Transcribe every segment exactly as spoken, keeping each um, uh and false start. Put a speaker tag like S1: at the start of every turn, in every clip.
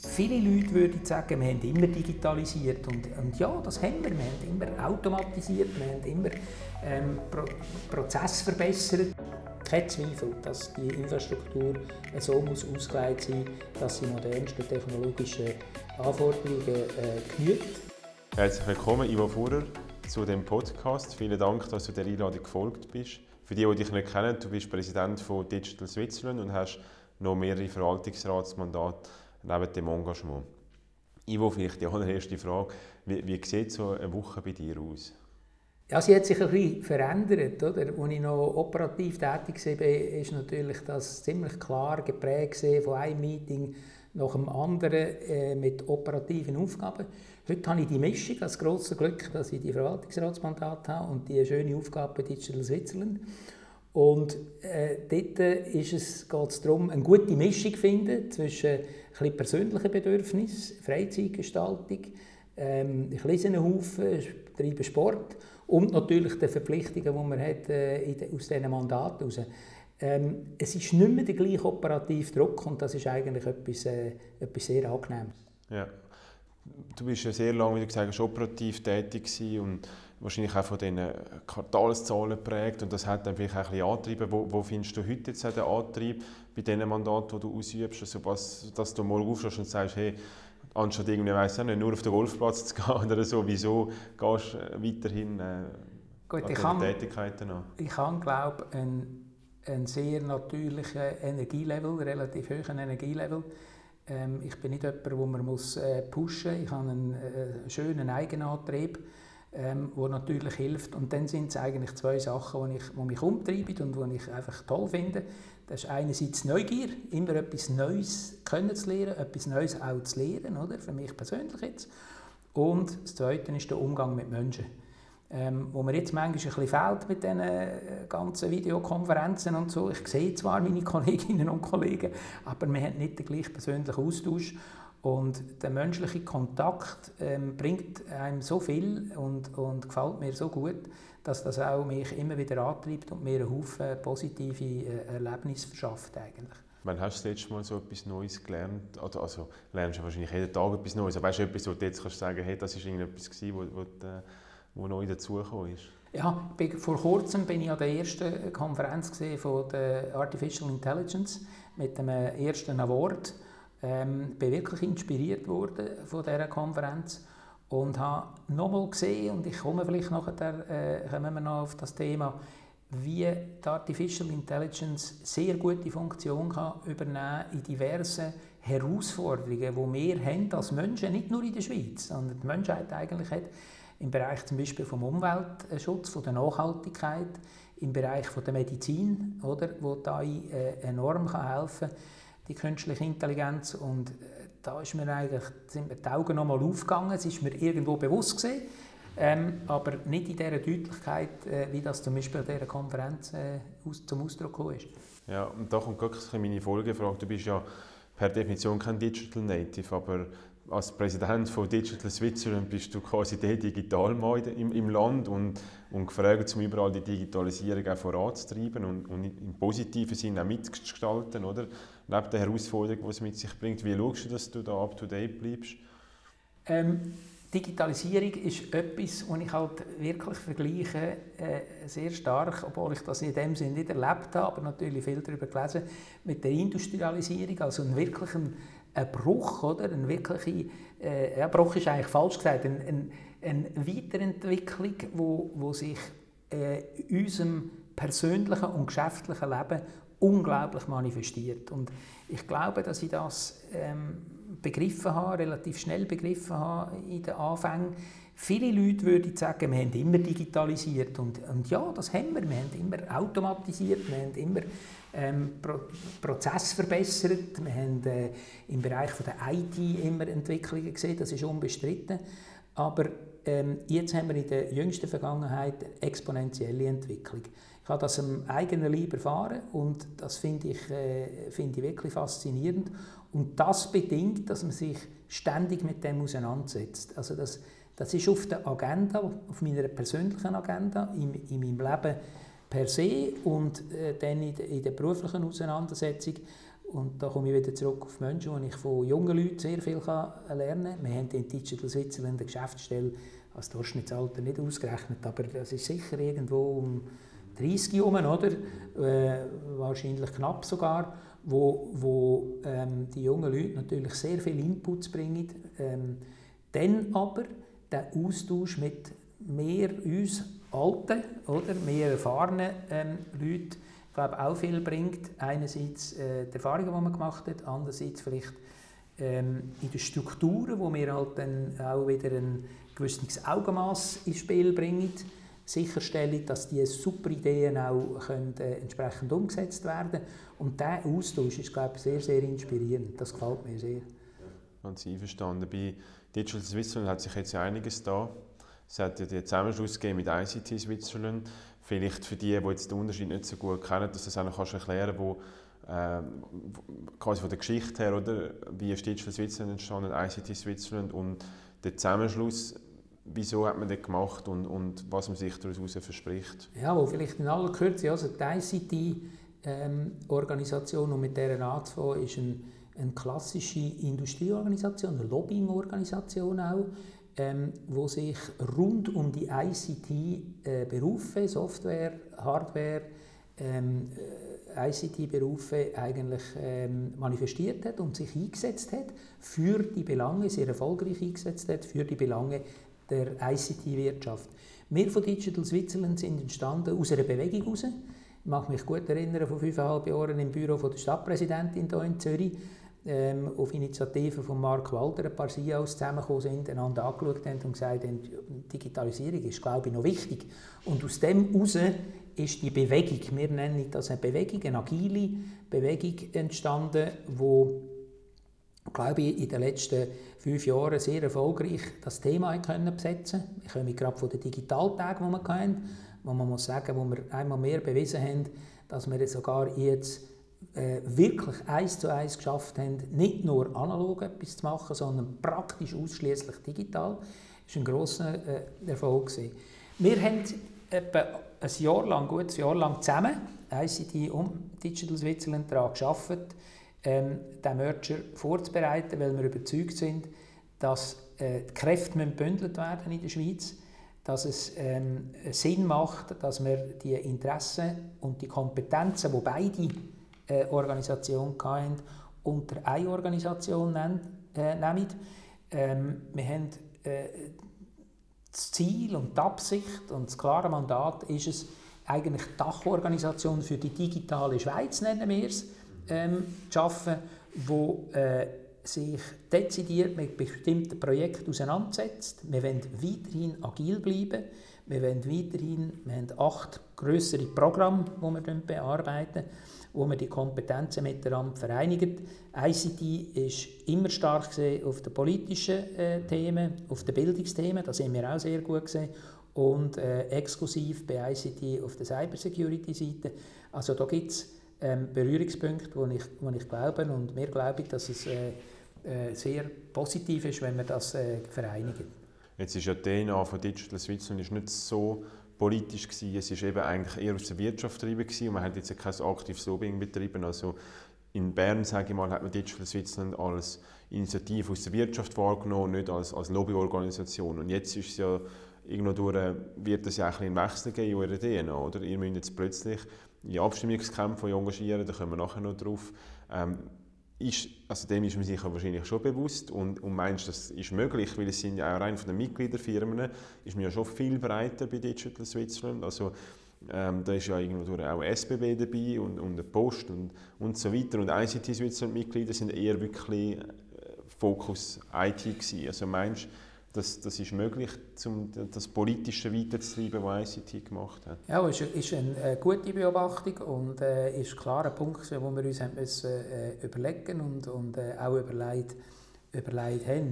S1: Viele Leute würden sagen, wir haben immer digitalisiert und, und ja, das haben wir. Wir haben immer automatisiert, wir haben immer ähm, Pro Prozess verbessert. Kein Zweifel, dass die Infrastruktur so muss ausgelegt sein muss, dass sie modernsten technologischen Anforderungen äh, genügt.
S2: Herzlich willkommen, Ivo Furrer, zu dem Podcast. Vielen Dank, dass du der Einladung gefolgt bist. Für die, die dich nicht kennen, du bist Präsident von Digital Switzerland und hast noch mehrere Verwaltungsratsmandate neben dem Engagement. Ivo, vielleicht die allererste Frage. Wie, wie sieht so eine Woche bei dir aus?
S1: Ja, sie hat sich ein bisschen verändert. Oder? Als ich noch operativ tätig war, ist natürlich das ziemlich klar geprägt von einem Meeting nach dem anderen äh, mit operativen Aufgaben. Heute habe ich die Mischung, das grosse Glück, dass ich die Verwaltungsratsmandate habe und die schöne Aufgabe bei Digital Switzerland. Und äh, dort ist es, geht es darum, eine gute Mischung zu finden zwischen ein bisschen persönlichen Bedürfnissen, Freizeitgestaltung, ähm, ich lese einen Haufen, betreibe Sport und natürlich die Verpflichtungen, die man hat, äh, in de, aus diesen Mandaten heraus. Ähm, es ist nicht mehr der gleiche operative Druck und das ist eigentlich etwas, äh, etwas sehr Angenehmes.
S2: Ja. Du bist ja sehr lange, wie du gesagt hast, operativ tätig gewesen und wahrscheinlich auch von diesen Quartalszahlen geprägt und das hat dann vielleicht auch ein bisschen angetrieben. Wo, wo findest du heute jetzt den Antrieb bei diesen Mandaten, die du ausübst, also was, dass du mal aufstehst und sagst, hey, anstatt irgendwie, weiss nicht, nur auf den Golfplatz zu gehen oder so, wieso gehst du weiterhin äh,
S1: Gut,
S2: an
S1: ich
S2: diesen
S1: kann,
S2: Tätigkeiten an?
S1: Ich habe, glaube ich, einen, einen sehr natürlichen Energielevel, relativ hohen Energielevel. Ähm, ich bin nicht jemand, wo man muss, äh, pushen muss. Ich habe einen äh, schönen Eigenantrieb, ähm, der natürlich hilft. Und dann sind es eigentlich zwei Sachen, die, ich, die mich umtreiben und die ich einfach toll finde. Das ist einerseits Neugier, immer etwas Neues können zu lernen, etwas Neues auch zu lernen, oder? Für mich persönlich jetzt. Und das Zweite ist der Umgang mit Menschen. Ähm, wo mir jetzt manchmal ein bisschen fehlt mit diesen äh, ganzen Videokonferenzen und so. Ich sehe zwar meine Kolleginnen und Kollegen, aber wir haben nicht den gleichen persönlichen Austausch. Und der menschliche Kontakt ähm, bringt einem so viel und, und gefällt mir so gut, dass das auch mich immer wieder antreibt und mir einen Haufen positive äh, Erlebnisse verschafft eigentlich.
S2: Wann hast du das letzte Mal so etwas Neues gelernt? Also, also lernst du wahrscheinlich jeden Tag etwas Neues, aber weißt du etwas, wo du jetzt kannst sagen, hey, das war irgendetwas, wo, wo, wo neu dazugekommen ist?
S1: Ja, vor kurzem bin ich an der ersten Konferenz von der Artificial Intelligence mit dem ersten Award. Ähm, ich bin wirklich inspiriert worden von dieser Konferenz und habe nochmal gesehen, und ich komme vielleicht nachher, äh, kommen wir noch auf das Thema, wie die Artificial Intelligence sehr gute Funktion kann übernehmen in diversen Herausforderungen, die wir haben als Menschen, nicht nur in der Schweiz, sondern die Menschheit eigentlich hat, im Bereich zum Beispiel vom Umweltschutz, von der Nachhaltigkeit, im Bereich von der Medizin, oder, wo da äh, enorm kann helfen kann, die künstliche Intelligenz. Und äh, da ist mir eigentlich, sind mir die Augen nochmal aufgegangen, es ist mir irgendwo bewusst gewesen, ähm, aber nicht in dieser Deutlichkeit, äh, wie das zum Beispiel an dieser Konferenz äh, aus, zum Ausdruck gekommen ist.
S2: Ja, und da kommt wirklich meine Folgefrage. Du bist ja per Definition kein Digital Native, aber als Präsident von Digital Switzerland bist du quasi der Digitalmann im, im Land und, und gefragt, um überall die Digitalisierung auch voranzutreiben und, und im positiven Sinne auch mitzugestalten, oder? Neben der Herausforderung, die es mit sich bringt. Wie schaust du, dass du da up-to-date bleibst?
S1: Ähm, Digitalisierung ist etwas, das ich halt wirklich vergleiche, äh, sehr stark, obwohl ich das in dem Sinne nicht erlebt habe, aber natürlich viel darüber gelesen, mit der Industrialisierung, also einen wirklichen ein Bruch, oder? Eine wirkliche, äh, ja, Bruch ist eigentlich falsch gesagt, eine, eine, eine Weiterentwicklung, wo, wo sich äh, in unserem persönlichen und geschäftlichen Leben unglaublich manifestiert. Und ich glaube, dass ich das ähm, begriffen habe, relativ schnell begriffen habe in den Anfängen. Viele Leute würden sagen, wir haben immer digitalisiert und, und ja, das haben wir. Wir haben immer automatisiert, wir haben immer ähm, Pro Prozess verbessert, wir haben äh, im Bereich von der I T immer Entwicklungen gesehen, das ist unbestritten. Aber ähm, jetzt haben wir in der jüngsten Vergangenheit eine exponentielle Entwicklung. Ich habe das am eigenen Leib erfahren und das finde ich, äh, finde ich wirklich faszinierend. Und das bedingt, dass man sich ständig mit dem auseinandersetzt. Also das, das ist auf der Agenda, auf meiner persönlichen Agenda, in, in meinem Leben per se und äh, dann in, de, in der beruflichen Auseinandersetzung. Und da komme ich wieder zurück auf Menschen, wo ich von jungen Leuten sehr viel lernen kann. Wir haben in Digital Switzerland eine Geschäftsstelle als Durchschnittsalter nicht ausgerechnet, aber das ist sicher irgendwo um dreißig herum, oder? Äh, wahrscheinlich knapp sogar, wo, wo ähm, die jungen Leute natürlich sehr viel Inputs bringen. Ähm, dann aber der Austausch mit mehr uns Alten, oder? Mehr erfahrenen ähm, Leuten, ich glaube, auch viel bringt. Einerseits äh, die Erfahrungen, die man gemacht hat, andererseits vielleicht ähm, in den Strukturen, wo wir halt dann auch wieder ein gewisses Augenmaß ins Spiel bringen, sicherstellen, dass diese super Ideen auch können, äh, entsprechend umgesetzt werden. Und dieser Austausch ist, glaube ich, sehr, sehr inspirierend. Das gefällt mir sehr.
S2: Ganz einverstanden. Bei Digital Switzerland hat sich jetzt einiges da. Es hat ja den Zusammenschluss gegeben mit I C T Switzerland. Vielleicht für die, die jetzt den Unterschied nicht so gut kennen, dass du das auch noch erklären kannst, wo, äh, quasi von der Geschichte her, oder? Wie ist Digital Switzerland entstanden, I C T Switzerland und der Zusammenschluss, wieso hat man das gemacht und, und was man sich daraus verspricht?
S1: Ja, wo vielleicht in aller Kürze, also die I C T-Organisation, ähm, und mit dieser anzufangen, ist ein, eine klassische Industrieorganisation, eine Lobbyingorganisation auch, ähm, wo sich rund um die I C T-Berufe, Software, Hardware, ähm, I C T-Berufe eigentlich ähm, manifestiert hat und sich eingesetzt hat für die Belange, sehr erfolgreich eingesetzt hat, für die Belange der I C T-Wirtschaft. Wir von Digital Switzerland sind entstanden aus einer Bewegung heraus. Ich mag mich gut erinnern, vor fünfeinhalb Jahren im Büro von der Stadtpräsidentin hier in Zürich, ähm, auf Initiative von Mark Walter ein paar C E Os zusammengekommen sind, einander angeschaut haben und gesagt haben, Digitalisierung ist, glaube ich, noch wichtig. Und aus dem heraus ist die Bewegung, wir nennen das eine Bewegung, eine agile Bewegung entstanden, die, glaube ich, in den letzten fünf Jahren sehr erfolgreich das Thema können besetzen konnte. Ich komme gerade von den Digitaltagen, die wir hatten, wo man muss sagen, wo wir einmal mehr bewiesen haben, dass wir sogar jetzt äh, wirklich eins zu eins geschafft haben, nicht nur analog etwas zu machen, sondern praktisch ausschließlich digital. Das war ein grosser äh, Erfolg gewesen. Wir haben etwa ein Jahr lang, ein gutes Jahr lang zusammen, I C T und Digital Switzerland, daran gearbeitet, ähm, den Merger vorzubereiten, weil wir überzeugt sind, dass äh, die Kräfte gebündelt werden in der Schweiz, dass es ähm, Sinn macht, dass wir die Interessen und die Kompetenzen, die beide äh, Organisationen hatten, unter eine Organisation nennen. Äh, nehmen. Ähm, wir haben äh, das Ziel und die Absicht und das klare Mandat ist es, eigentlich die Dachorganisation für die digitale Schweiz, nennen wir es, ähm, zu schaffen, die äh, sich dezidiert mit bestimmten Projekten auseinandersetzt. Wir wollen weiterhin agil bleiben. Wir wollen weiterhin, wir haben acht grössere Programme, die wir bearbeiten, wo wir die Kompetenzen miteinander vereinigen. I C T ist immer stark gesehen auf den politischen äh, Themen, auf den Bildungsthemen, da sind wir auch sehr gut gesehen, und äh, exklusiv bei I C T auf der Cybersecurity-Seite. Also da gibt es ähm, Berührungspunkte, wo ich, wo ich glaube, und wir glauben, dass es äh, äh, sehr positiv ist, wenn wir das äh, vereinigen.
S2: Jetzt ist ja die D N A von Digital Switzerland ist nicht so politisch gewesen. Es war eben eigentlich eher aus der Wirtschaft getrieben gewesen und man hat jetzt kein aktives Lobbying betrieben. Also in Bern, sage ich mal, hat man Digital Switzerland als Initiative aus der Wirtschaft wahrgenommen, nicht als, als Lobbyorganisation. Und jetzt ist es ja irgendwo durch, wird es ja auch ein Wechsel geben in eurer D N A, oder? Ihr müsst jetzt plötzlich in Abstimmungskämpfen engagieren, da kommen wir nachher noch drauf. Ähm, ist, also dem ist man sich wahrscheinlich schon bewusst und, und meinst, das ist möglich, weil es sind ja auch rein von den Mitgliederfirmen, ist man ja schon viel breiter bei Digital Switzerland. Also ähm, da ist ja irgendwo durch auch S B B dabei und, und die Post und, und so weiter. Und I C T Switzerland Mitglieder sind eher wirklich äh, Fokus I T gewesen. Also meinst Das, das ist möglich, um das Politische weiterzutreiben, was I C T gemacht hat?
S1: Ja, es ist eine gute Beobachtung und äh, ist klar ein Punkt, den wir uns haben müssen, äh, überlegen und, und äh, auch überlegt, überlegt haben.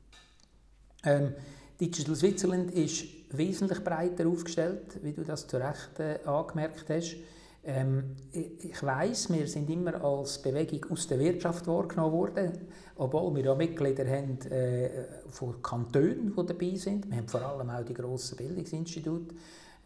S1: Ähm, Digital Switzerland ist wesentlich breiter aufgestellt, wie du das zu Recht äh, angemerkt hast. Ähm, ich ich weiss, wir sind immer als Bewegung aus der Wirtschaft wahrgenommen worden, obwohl wir ja Mitglieder haben äh, von Kantonen, die dabei sind. Wir haben vor allem auch die grossen Bildungsinstitute,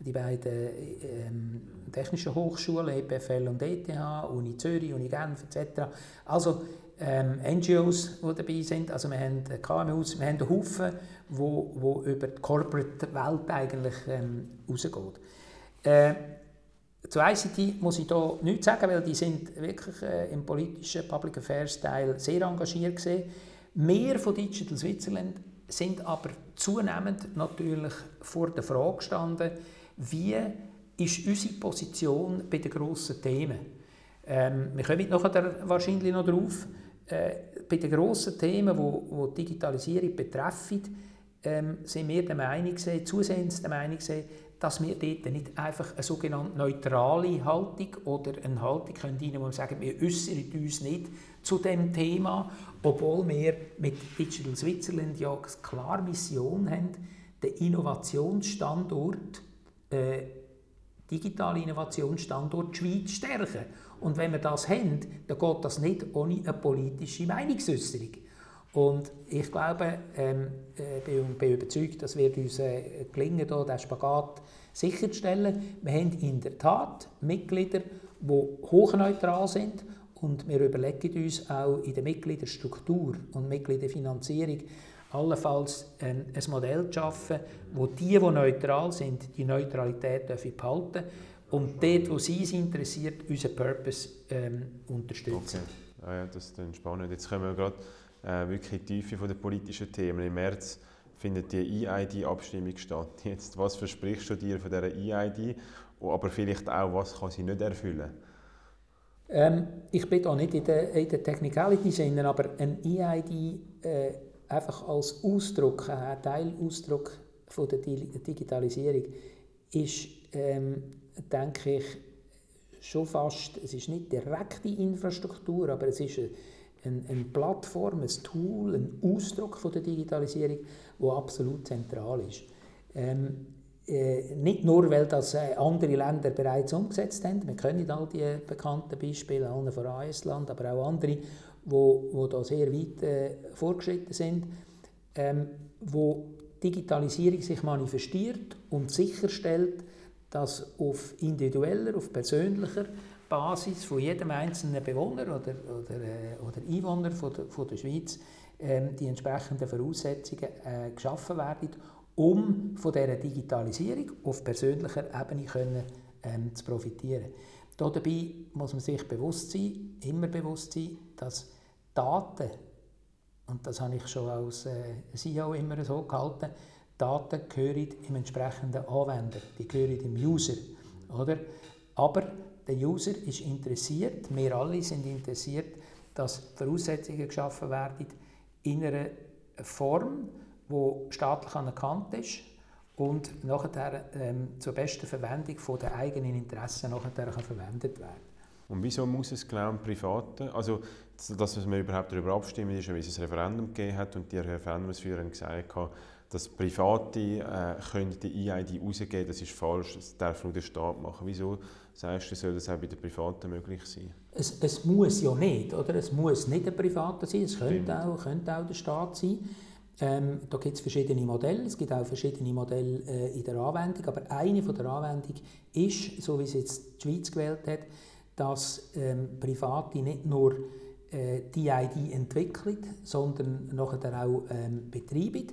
S1: die beiden ähm, technischen Hochschulen, E P F L und E T H, Uni Zürich, Uni Genf et cetera. Also ähm, N G Os, die dabei sind, also wir haben K M Us, wir haben einen Haufen, wo, wo über die Corporate-Welt eigentlich ähm, rausgeht. Äh, Zu I C T muss ich hier nichts sagen, weil die sind wirklich äh, im politischen Public Affairs Teil sehr engagiert gewesen. Wir von Digital Switzerland sind aber zunehmend natürlich vor der Frage gestanden, wie ist unsere Position bei den grossen Themen. Ähm, wir kommen nachher wahrscheinlich noch drauf. Äh, bei den grossen Themen, die die Digitalisierung betreffen, ähm, sind wir der Meinung, zusehends der Meinung, dass wir dort nicht einfach eine sogenannte neutrale Haltung oder eine Haltung können rein, wo wir sagen, wir äußern uns nicht zu dem Thema, obwohl wir mit Digital Switzerland ja klar Mission haben, den Innovationsstandort, äh, digitalen Innovationsstandort Schweiz stärken. Und wenn wir das haben, dann geht das nicht ohne eine politische Meinungsäußerung. Und ich glaube, ähm, äh, bin, bin überzeugt, dass wird uns äh, gelingen, hier den Spagat sicherzustellen. Wir haben in der Tat Mitglieder, die hochneutral sind, und wir überlegen uns auch in der Mitgliederstruktur und Mitgliederfinanzierung allenfalls ein, ein Modell zu schaffen, wo die, die neutral sind, die Neutralität behalten dürfen und dort, wo sie es interessiert, unseren Purpose ähm, unterstützen.
S2: Okay. Ah ja, das ist dann spannend. Jetzt kommen wir gerade äh, wirklich in die Tiefe von der politischen Themen. Im März findet die E I D-Abstimmung statt. Jetzt, was versprichst du dir von dieser E I D, aber vielleicht auch, was kann sie nicht erfüllen?
S1: Ähm, ich bin da nicht in der, in der Technicalities, aber ein E I D äh, einfach als Ausdruck, ein Teilausdruck von der Digitalisierung ist, ähm, denke ich, schon fast, es ist nicht direkte Infrastruktur, aber es ist eine, eine Plattform, ein Tool, ein Ausdruck von der Digitalisierung, der absolut zentral ist. Ähm, äh, nicht nur, weil das äh, andere Länder bereits umgesetzt haben, wir kennen all die bekannten Beispiele, allen voran Estland, aber auch andere, wo, wo da sehr weit äh, vorgeschritten sind, ähm, wo Digitalisierung sich manifestiert und sicherstellt, dass auf individueller, auf persönlicher Basis von jedem einzelnen Bewohner oder, oder, äh, oder Einwohner von der, von der Schweiz ähm, die entsprechenden Voraussetzungen äh, geschaffen werden, um von dieser Digitalisierung auf persönlicher Ebene können, ähm, zu profitieren. Dabei muss man sich bewusst sein, immer bewusst sein, dass Daten, und das habe ich schon als äh, C E O immer so gehalten, Daten gehören im entsprechenden Anwender, die gehören dem User. Oder? Aber der User ist interessiert, wir alle sind interessiert, dass Voraussetzungen geschaffen werden in einer Form, die staatlich anerkannt ist und nachher ähm, zur besten Verwendung von der eigenen Interessen nachher kann verwendet werden.
S2: Und wieso muss es glauben, Private, also dass wir überhaupt darüber abstimmen, ist ja, weil es ein Referendum gegeben hat und die Referendumsführer haben gesagt, dass Private äh, können die E I D rausgeben, das ist falsch, das darf nur der Staat machen. Wieso sagst du, soll das auch bei den Privaten möglich sein?
S1: Es, es muss ja nicht, oder? Es muss nicht ein Privater sein, es könnte auch, könnte auch der Staat sein. Ähm, da gibt es verschiedene Modelle, es gibt auch verschiedene Modelle äh, in der Anwendung, aber eine von der Anwendung ist, so wie es jetzt die Schweiz gewählt hat, dass ähm, Private nicht nur äh, die I D entwickeln, sondern nachher auch ähm, betreiben.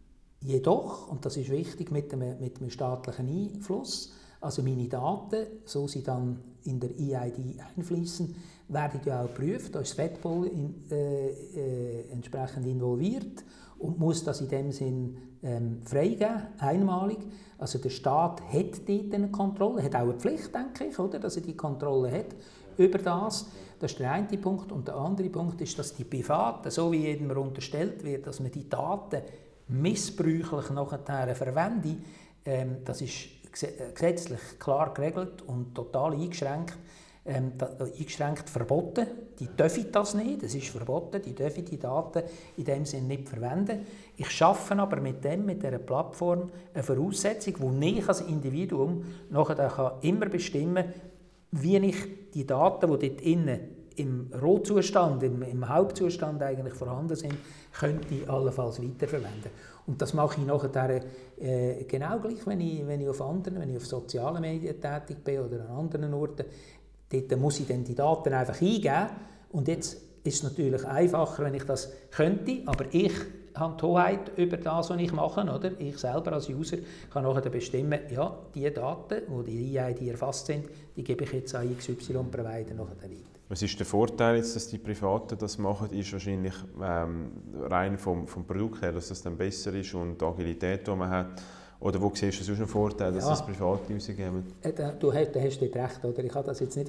S1: Jedoch, und das ist wichtig, mit einem, mit einem staatlichen Einfluss, also meine Daten, so sie dann in der E I D einfließen, werden ja auch geprüft, da ist das Fedpol in, äh, äh, entsprechend involviert und muss das in dem Sinn ähm, freigeben, einmalig. Also der Staat hat dort eine Kontrolle, hat auch eine Pflicht, denke ich, oder, dass er die Kontrolle hat über das. Das ist der eine Punkt. Und der andere Punkt ist, dass die Privaten, so wie jedem unterstellt wird, dass man die Daten missbräuchlich nachher verwende, ähm, das ist gesetzlich klar geregelt und total eingeschränkt, ähm, da, eingeschränkt verboten. Die dürfen das nicht, es ist verboten, die dürfen die Daten in dem Sinne nicht verwenden. Ich schaffe aber mit dem, mit dieser Plattform eine Voraussetzung, wo ich als Individuum nachher kann immer bestimmen kann, wie ich die Daten, die dort innen im Rohzustand, im, im Hauptzustand eigentlich vorhanden sind, könnte ich allenfalls weiterverwenden. Und das mache ich nachher äh, genau gleich, wenn ich, wenn ich auf anderen, wenn ich auf sozialen Medien tätig bin oder an anderen Orten. Dort muss ich dann die Daten einfach eingeben. Und jetzt ist es natürlich einfacher, wenn ich das könnte, aber ich habe die Hoheit über das, was ich mache. Oder? Ich selber als User kann nachher bestimmen, ja, die Daten, die die E I D erfasst sind, die gebe ich jetzt an X Y-Provider nachher weiter.
S2: Was ist der Vorteil, jetzt, dass die Privaten das machen, ist wahrscheinlich ähm, rein vom, vom Produkt her, dass das dann besser ist und die Agilität, die man hat. Oder wo siehst du sonst einen Vorteil, dass ja. das Private rausgeben?
S1: Du hast, du hast dort recht. Oder? Ich kann das jetzt nicht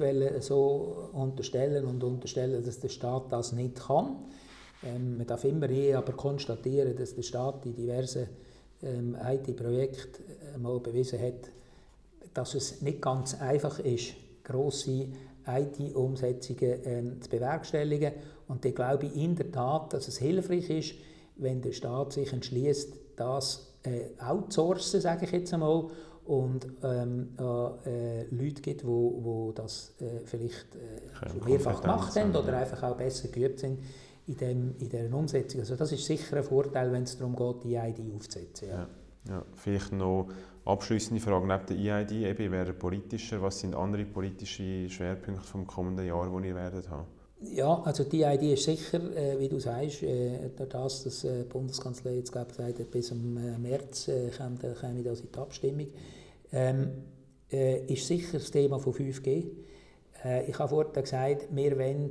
S1: so unterstellen und unterstellen, dass der Staat das nicht kann. Ähm, man darf immer eh aber konstatieren, dass der Staat in diversen ähm, I T-Projekten äh, mal bewiesen hat, dass es nicht ganz einfach ist, grosse I T-Umsetzungen ähm, zu bewerkstelligen. Und ich glaube in der Tat, dass es hilfreich ist, wenn der Staat sich entschließt, das äh, outsourcen, sage ich jetzt einmal, und ähm, äh, Leute gibt, die wo, wo das äh, vielleicht äh, schon mehrfach gemacht haben oder einfach auch besser geübt sind in, dem, in dieser Umsetzung. Also das ist sicher ein Vorteil, wenn es darum geht, die I D aufzusetzen. Ja.
S2: Ja. Ja, vielleicht noch abschliessende Frage neben der E I D, eben wäre politischer. Was sind andere politische Schwerpunkte vom kommenden Jahr, die ihr werdet haben?
S1: Ja, also die I D ist sicher, äh, wie du sagst, äh, durch das, dass äh, die Bundeskanzlei jetzt gesagt hat, bis zum äh, März äh, käme, käme das in die Abstimmung, ähm, äh, ist sicher das Thema von fünf G. Äh, ich habe vorhin gesagt, wir wollen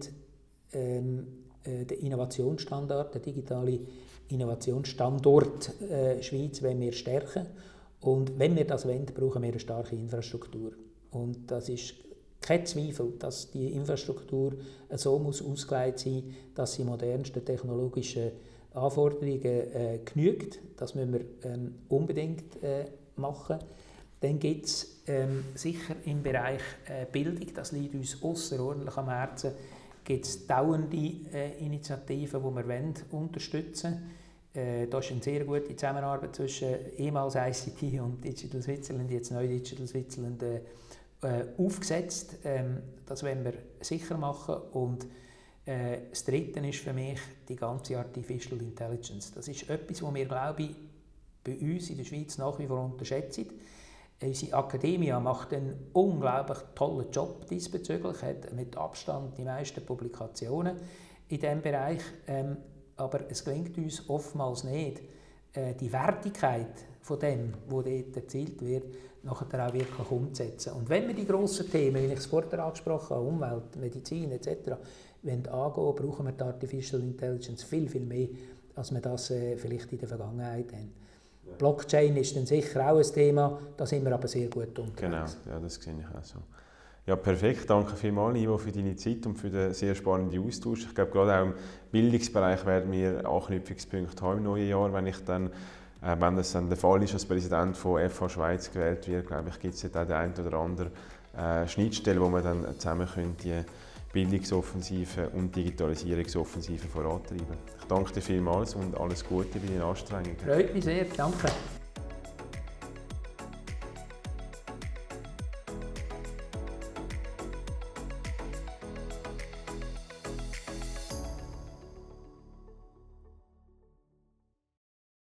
S1: ähm, äh, den Innovationsstandard, den digitalen Innovationsstandort äh, Schweiz wollen wir stärken. Und wenn wir das wollen, brauchen wir eine starke Infrastruktur. Und das ist kein Zweifel, dass die Infrastruktur so muss ausgelegt sein, dass sie modernsten technologischen Anforderungen äh, genügt. Das müssen wir ähm, unbedingt äh, machen. Dann gibt es ähm, sicher im Bereich äh, Bildung, das liegt uns ausserordentlich am Herzen, gibt es dauernde äh, Initiativen, die wir wollen, unterstützen wollen. Äh, da ist eine sehr gute Zusammenarbeit zwischen ehemals I C T und Digital Switzerland, jetzt neu Digital Switzerland, äh, Äh, aufgesetzt. Ähm, das wollen wir sicher machen. Und äh, das Dritte ist für mich die ganze Artificial Intelligence. Das ist etwas, was wir, glaube ich, bei uns in der Schweiz nach wie vor unterschätzen. Unsere Akademie macht einen unglaublich tollen Job diesbezüglich, hat mit Abstand die meisten Publikationen in diesem Bereich. Ähm, aber es gelingt uns oftmals nicht, äh, die Wertigkeit von dem, was dort erzielt wird, nachher auch wirklich umzusetzen. Und wenn wir die grossen Themen, wie ich es vorher angesprochen habe, Umwelt, Medizin et cetera, angehen, brauchen wir die Artificial Intelligence viel, viel mehr, als wir das äh, vielleicht in der Vergangenheit haben. Ja. Blockchain ist dann sicher auch ein Thema, da sind wir aber sehr gut unterwegs.
S2: Genau, ja, das sehe ich auch so. Ja, perfekt. Danke vielmals, Ivo, für deine Zeit und für den sehr spannenden Austausch. Ich glaube, gerade auch im Bildungsbereich werden wir Anknüpfungspunkte haben im neuen Jahr, wenn ich dann Äh, wenn das dann der Fall ist, als Präsident von F H Schweiz gewählt wird, glaube ich, gibt es jetzt auch die eine oder andere äh, Schnittstelle, wo man dann zusammen die Bildungsoffensive und Digitalisierungsoffensive vorantreiben. Ich danke dir vielmals und alles Gute bei deinen Anstrengungen.
S1: Freut mich sehr, danke.